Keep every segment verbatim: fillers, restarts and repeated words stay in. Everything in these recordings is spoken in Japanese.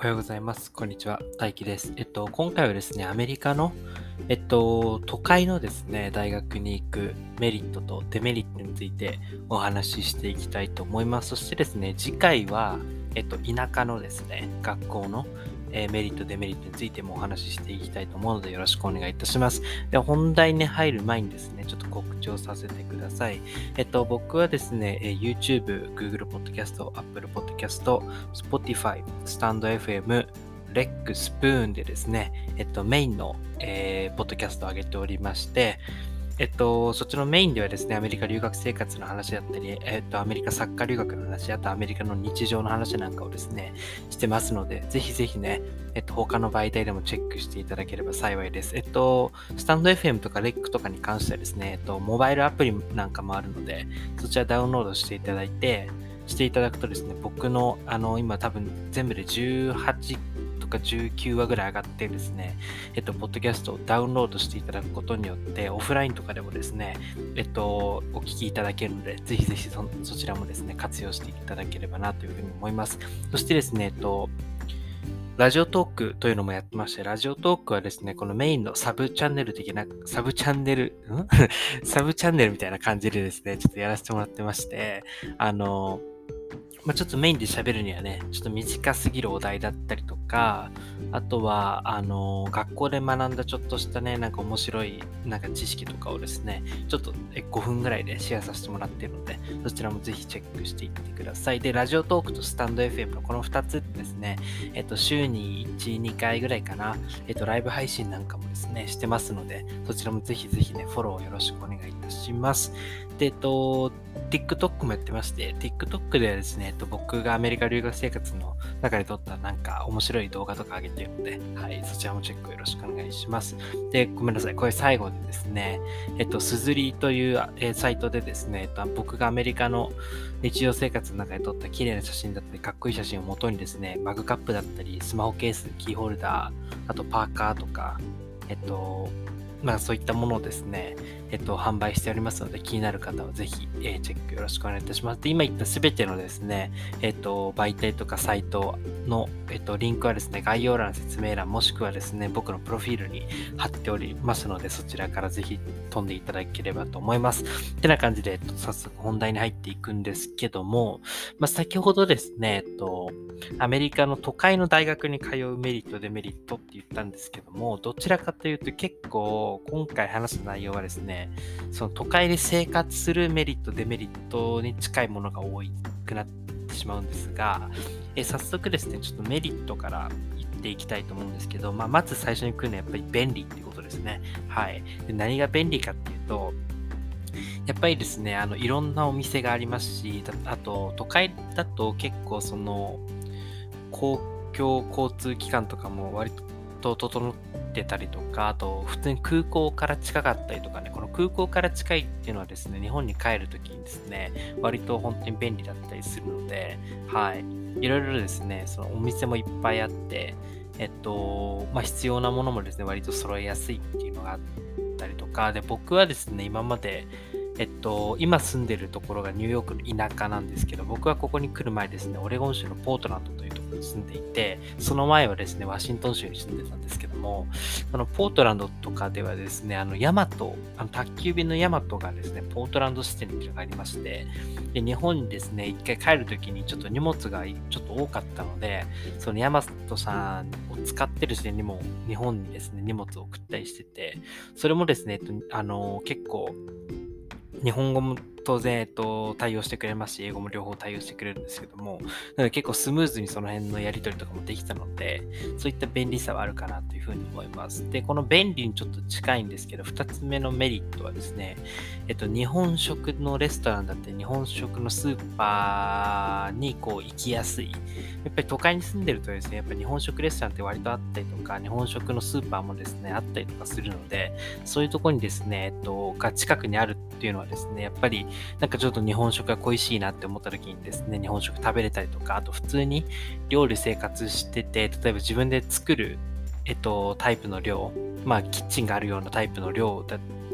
おはようございます。こんにちは。大輝です。えっと、今回はですね、アメリカの、えっと、都会のですね、大学に行くメリットとデメリットについてお話ししていきたいと思います。そしてですね、次回は、えっと、田舎のですね、学校の、えーメリット、デメリットについてもお話ししていきたいと思うので、よろしくお願いいたします。では、本題に入る前にですね、ちょっと告知をさせてください。えっと、僕はですね、えー YouTube、Google Podcast、Apple Podcast、Spotify、スタンド エフエム、レック、スプーンでですね、えっと、メインの、えーポッドキャストを上げておりまして、えっと、そっちのメインではですね、アメリカ留学生活の話だったり、えっと、アメリカサッカー留学の話、あとアメリカの日常の話なんかをですね、してますので、ぜひぜひね、えっと、他の媒体でもチェックしていただければ幸いです。えっと、スタンド エフエム とかレックとかに関してはですね、えっと、モバイルアプリなんかもあるので、そちらダウンロードしていただいて、していただくとですね、僕の、あの、今多分全部でじゅうはちとかじゅうきゅうわぐらい上がってですね、えっと、ポッドキャストをダウンロードしていただくことによって、オフラインとかでもですね、えっと、お聞きいただけるので、ぜひぜひ そ, そちらもですね、活用していただければなというふうに思います。そしてですね、えっと、ラジオトークというのもやってまして、ラジオトークはですね、このメインのサブチャンネル的な、サブチャンネル、んサブチャンネルみたいな感じでですね、ちょっとやらせてもらってまして、あの、まあ、ちょっとメインで喋るにはね、ちょっと短すぎるお題だったりとか、あとは、あの、学校で学んだちょっとしたね、なんか面白い、なんか知識とかをですね、ちょっとえごふんぐらいでシェアさせてもらっているので、そちらもぜひチェックしていってください。で、ラジオトークとスタンド エフエム のこのふたつですね、えっと、週にいち、にかいぐらいかな、えっと、ライブ配信なんかもですね、してますので、そちらもぜひぜひね、フォローよろしくお願いいたします。で、えっと、TikTok もやってまして、TikTok ではですね、えっと、僕がアメリカ留学生活の中で撮ったなんか面白い動画とか上げてるので、はい、そちらもチェックよろしくお願いします。で、ごめんなさい、これ最後でですね、えっと、すずりという、えーサイトでですね、えっと、僕がアメリカの日常生活の中で撮った綺麗な写真だったり、かっこいい写真を元にですね、マグカップだったり、スマホケース、キーホルダー、あとパーカーとか、えっと、まあそういったものをですね、えっと、販売しておりますので、気になる方はぜひ、えーチェックよろしくお願いいたします。で、今言ったすべてのですね、えっと、媒体とかサイトの、えっと、リンクはですね、概要欄、説明欄、もしくはですね、僕のプロフィールに貼っておりますので、そちらからぜひ飛んでいただければと思います。ってな感じで、えっと、早速本題に入っていくんですけども、まあ、先ほどですね、えっと、アメリカの都会の大学に通うメリット、デメリットって言ったんですけども、どちらかというと結構今回話す内容はですね、その都会で生活するメリット、デメリットに近いものが多くなってしまうんですが、え早速ですね、ちょっとメリットから言っていきたいと思うんですけど、まあ、まず最初に来るのはやっぱり便利っていうことですね。はい。で、何が便利かっていうと、やっぱりですね、あの、いろんなお店がありますし、あと、都会だと結構その、公共交通機関とかも割と整ってたりとか、あと普通に空港から近かったりとかね、この空港から近いっていうのはですね、日本に帰るときにですね、割と本当に便利だったりするので、はい。いろいろですね、そのお店もいっぱいあって、えっと、まあ必要なものもですね、割と揃えやすいっていうのがあったりとか、で、僕はですね、今まで、えっと、今住んでるところがニューヨークの田舎なんですけど、僕はここに来る前ですね、オレゴン州のポートランドというところに住んでいて、その前はですね、ワシントン州に住んでたんですけども、そのポートランドとかではですね、あの、ヤマト、あの、宅急便のヤマトがですね、ポートランド支店にありまして、で、日本にですね、一回帰るときにちょっと荷物がちょっと多かったので、そのヤマトさんを使ってる時点にも日本にですね、荷物を送ったりしてて、それもですね、えっと、あの、結構、日本語も当然、えっと、対応してくれますし、英語も両方対応してくれるんですけども、なので結構スムーズにその辺のやり取りとかもできたので、そういった便利さはあるかなというふうに思います。で、この便利にちょっと近いんですけど、二つ目のメリットはですね、えっと、日本食のレストランだって日本食のスーパーにこう行きやすい。やっぱり都会に住んでるとですね、やっぱり日本食レストランって割とあったりとか、日本食のスーパーもですね、あったりとかするので、そういうところにですね、えっと、が近くにあるっていうのはですね、やっぱりなんかちょっと日本食が恋しいなって思った時にですね、日本食食べれたりとか、あと普通に料理生活してて、例えば自分で作る、えっと、タイプの量、まあキッチンがあるようなタイプの量だっ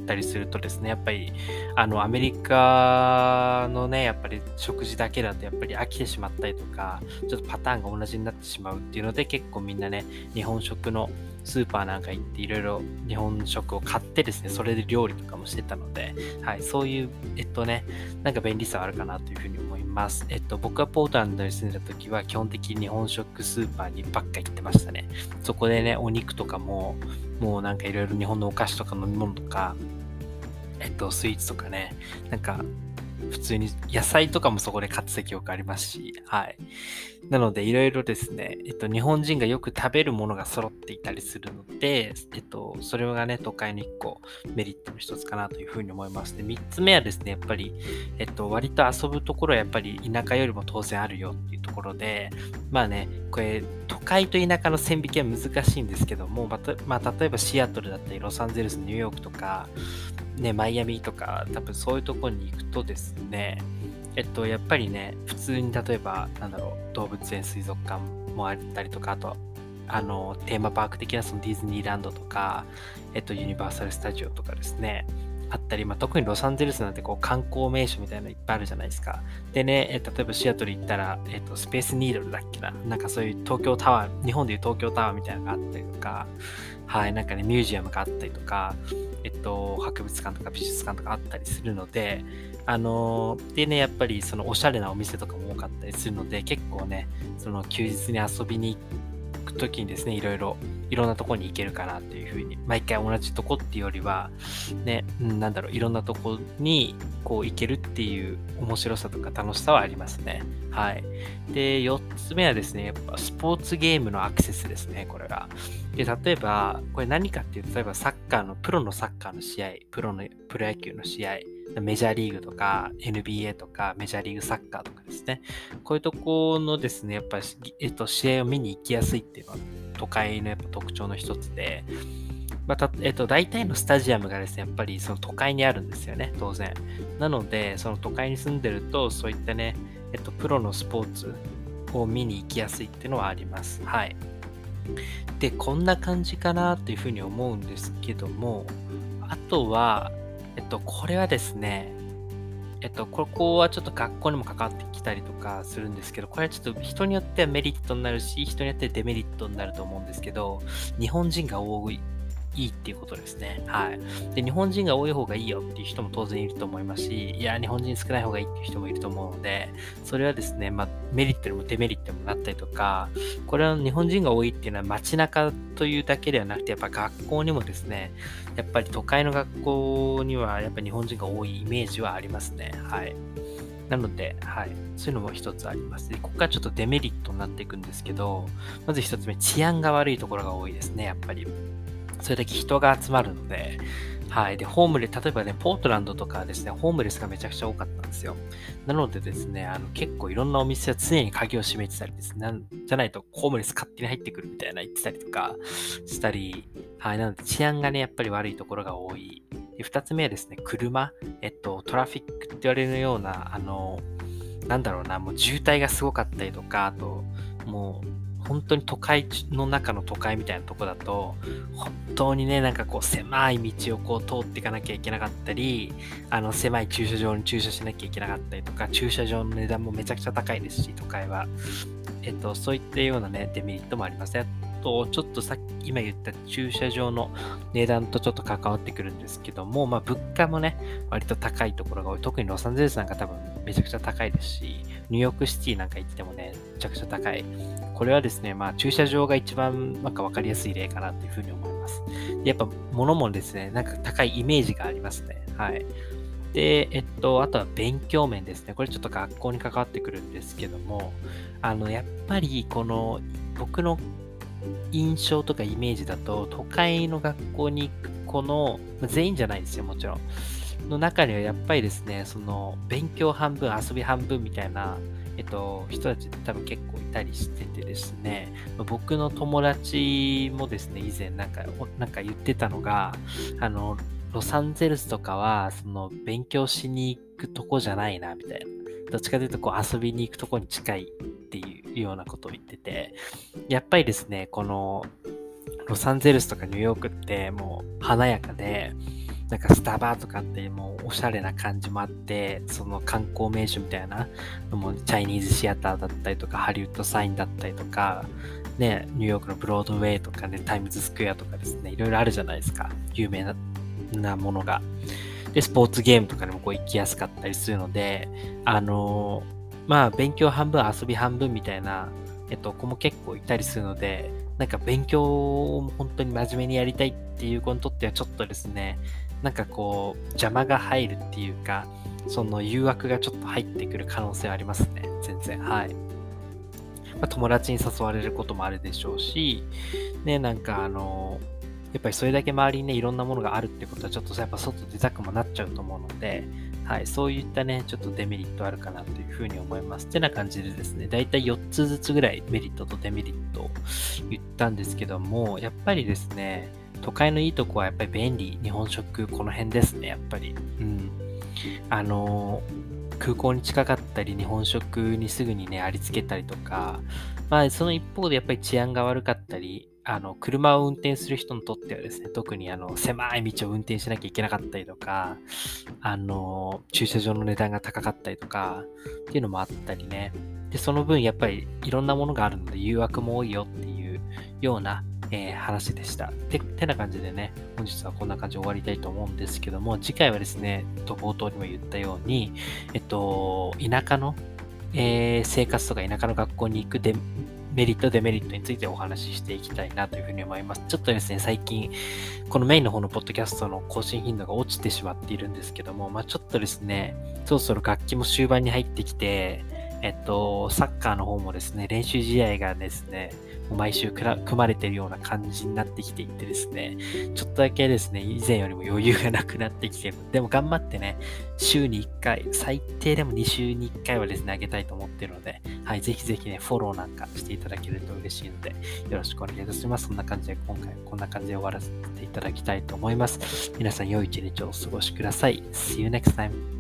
ったりするとですね、やっぱりあのアメリカのね、やっぱり食事だけだとやっぱり飽きてしまったりとか、ちょっとパターンが同じになってしまうっていうので、結構みんなね、日本食のスーパーなんか行っていろいろ日本食を買ってですね、それで料理とかもしてたので、はい、そういう、えっとね、なんか便利さはあるかなというふうに思います。えっと、僕はポートランドに住んでた時は基本的に日本食スーパーにばっか行ってましたね。そこでね、お肉とかも、もうなんかいろいろ日本のお菓子とか飲み物とか、えっと、スイーツとかね、なんか、普通に野菜とかもそこで買ってた記憶ありますし、はい。なので、いろいろですね、えっと、日本人がよく食べるものが揃っていたりするので、えっと、それがね、都会の一個メリットの一つかなというふうに思います。で、三つ目はですね、やっぱり、えっと、割と遊ぶところはやっぱり田舎よりも当然あるよっていうところで、まあね、これ、都会と田舎の線引きは難しいんですけども、また、まあ、例えばシアトルだったり、ロサンゼルス、ニューヨークとか、ね、マイアミとか、多分そういうところに行くとですね、えっと、やっぱりね、普通に例えば、なんだろう、動物園水族館もあったりとか、あと、あの、テーマパーク的なそのディズニーランドとか、えっと、ユニバーサル・スタジオとかですね、あったり、まあ、特にロサンゼルスなんてこう観光名所みたいなのいっぱいあるじゃないですか。でね、え例えばシアトル行ったら、えっと、スペースニードルだっけな、なんかそういう東京タワー、日本でいう東京タワーみたいなのがあったりとか、はい、なんかね、ミュージアムがあったりとか、えっと、博物館とか美術館とかあったりするので、あのー、でね、やっぱりそのおしゃれなお店とかも多かったりするので、結構ね、その休日に遊びに行くときにですね、いろいろ、いろんなとこに行けるかなっていうふうに、毎回同じとこっていうよりは、ね、うん、なんだろう、いろんなとこにこう行けるっていう面白さとか楽しさはありますね。はい。で、よっつめはですね、やっぱスポーツゲームのアクセスですね、これが。で、例えば、これ何かっていうと、例えばサッカーの、プロのサッカーの試合、プロの、プロ野球の試合、メジャーリーグとか エヌビーエー とかメジャーリーグサッカーとかですね。こういうとこのですね、やっぱり、えっと、試合を見に行きやすいっていうのは都会のやっぱ特徴の一つで、まあ、たえっと、大体のスタジアムがですね、やっぱりその都会にあるんですよね、当然。なので、その都会に住んでると、そういったね、えっと、プロのスポーツを見に行きやすいっていうのはあります。はい。で、こんな感じかなっていうふうに思うんですけども、あとは、えっと、これはですね、えっと、ここはちょっと学校にも関わってきたりとかするんですけど、これはちょっと人によってはメリットになるし、人によってはデメリットになると思うんですけど、日本人が多い、いいっていうことですね。はい。で、日本人が多い方がいいよっていう人も当然いると思いますし、いや、日本人少ない方がいいっていう人もいると思うので、それはですね、まあ、メリットにもデメリットにもなったりとか、これは日本人が多いっていうのは街中というだけではなくて、やっぱ学校にもですね、やっぱり都会の学校にはやっぱり日本人が多いイメージはありますね。はい。なので、はい。そういうのも一つあります。で、ここからちょっとデメリットになっていくんですけど、まず一つ目、治安が悪いところが多いですね、やっぱり。それだけ人が集まるので、はい。で、ホームレス、例えばね、ポートランドとかですね、ホームレスがめちゃくちゃ多かったんですよ。なのでですね、あの、結構いろんなお店は常に鍵を閉めてたりですね、なんじゃないとホームレス勝手に入ってくるみたいな言ってたりとかしたり、はい。なので治安がね、やっぱり悪いところが多い。で、二つ目はですね、車。えっと、トラフィックって言われるような、あの、なんだろうな、もう渋滞がすごかったりとか、あと、もう、本当に都会の中の都会みたいなとこだと、本当にね、なんかこう狭い道をこう通っていかなきゃいけなかったり、あの狭い駐車場に駐車しなきゃいけなかったりとか、駐車場の値段もめちゃくちゃ高いですし、都会は。えっと、そういったようなね、デメリットもあります。あと、ちょっとさっき今言った駐車場の値段とちょっと関わってくるんですけども、まあ物価もね、割と高いところが多い。特にロサンゼルスなんか多分めちゃくちゃ高いですし、ニューヨークシティなんか行ってもね、めちゃくちゃ高い。これはですね、まあ駐車場が一番なんか分かりやすい例かなというふうに思います。でやっぱ物もですね、なんか高いイメージがありますね。はい。で、えっと、あとは勉強面ですね。これちょっと学校に関わってくるんですけども、あの、やっぱりこの僕の印象とかイメージだと、都会の学校に行く子の、まあ全員じゃないですよ、もちろん。の中にはやっぱりですね、その勉強半分、遊び半分みたいな、えっと、人たちって多分結構いたりしててですね、まあ僕の友達もですね、以前なんか、おなんか言ってたのが、あの、ロサンゼルスとかは、その勉強しに行くとこじゃないな、みたいな。どっちかというと、こう遊びに行くとこに近いっていうようなことを言ってて、やっぱりですね、この、ロサンゼルスとかニューヨークってもう華やかで、 なんかスタバとかってもうおしゃれな感じもあって、その観光名所みたいなのもチャイニーズシアターだったりとか、ハリウッドサインだったりとか、ね、ニューヨークのブロードウェイとかね、タイムズスクエアとかですね、いろいろあるじゃないですか。有名な、なものが。で、スポーツゲームとかにもこう行きやすかったりするので、あのー、まあ、勉強半分、遊び半分みたいな、えっと、子も結構いたりするので、なんか勉強を本当に真面目にやりたいっていう子にとってはちょっとですね、なんかこう、邪魔が入るっていうか、その誘惑がちょっと入ってくる可能性はありますね。全然。はい。まあ、友達に誘われることもあるでしょうし、ね、なんかあの、やっぱりそれだけ周りにね、いろんなものがあるってことは、ちょっとやっぱ外出たくもなっちゃうと思うので、はい、そういったね、ちょっとデメリットあるかなというふうに思います。ってな感じでですね、だいたいよっつずつぐらいメリットとデメリットを言ったんですけども、やっぱりですね、都会のいいとこはやっぱり便利、日本食、この辺ですね、やっぱり。うん。あの空港に近かったり、日本食にすぐにね、ありつけたりとか、まあ、その一方でやっぱり治安が悪かったり、あの、車を運転する人にとってはですね、特にあの、狭い道を運転しなきゃいけなかったりとか、あの、駐車場の値段が高かったりとか、っていうのもあったりね。で、その分やっぱりいろんなものがあるので誘惑も多いよっていうような、えー話でした。て、てな感じでね、本日はこんな感じで終わりたいと思うんですけども、次回はですね、と冒頭にも言ったように、えっと、田舎の、えー生活とか田舎の学校に行くデメリット、デメリットについてお話ししていきたいなというふうに思います。ちょっとですね、最近、このメインの方のポッドキャストの更新頻度が落ちてしまっているんですけども、まあちょっとですね、そろそろ楽器も終盤に入ってきて、えっと、サッカーの方もですね、練習試合がですね、もう毎週くら組まれているような感じになってきていてですね、ちょっとだけですね、以前よりも余裕がなくなってきてる。でも頑張ってね、週にいっかい、最低でもに週にいっかいはですね、あげたいと思っているので、はい、ぜひぜひね、フォローなんかしていただけると嬉しいので、よろしくお願いいたします。そんな感じで、今回こんな感じで終わらせていただきたいと思います。皆さん、良い一日をお過ごしください。See you next time.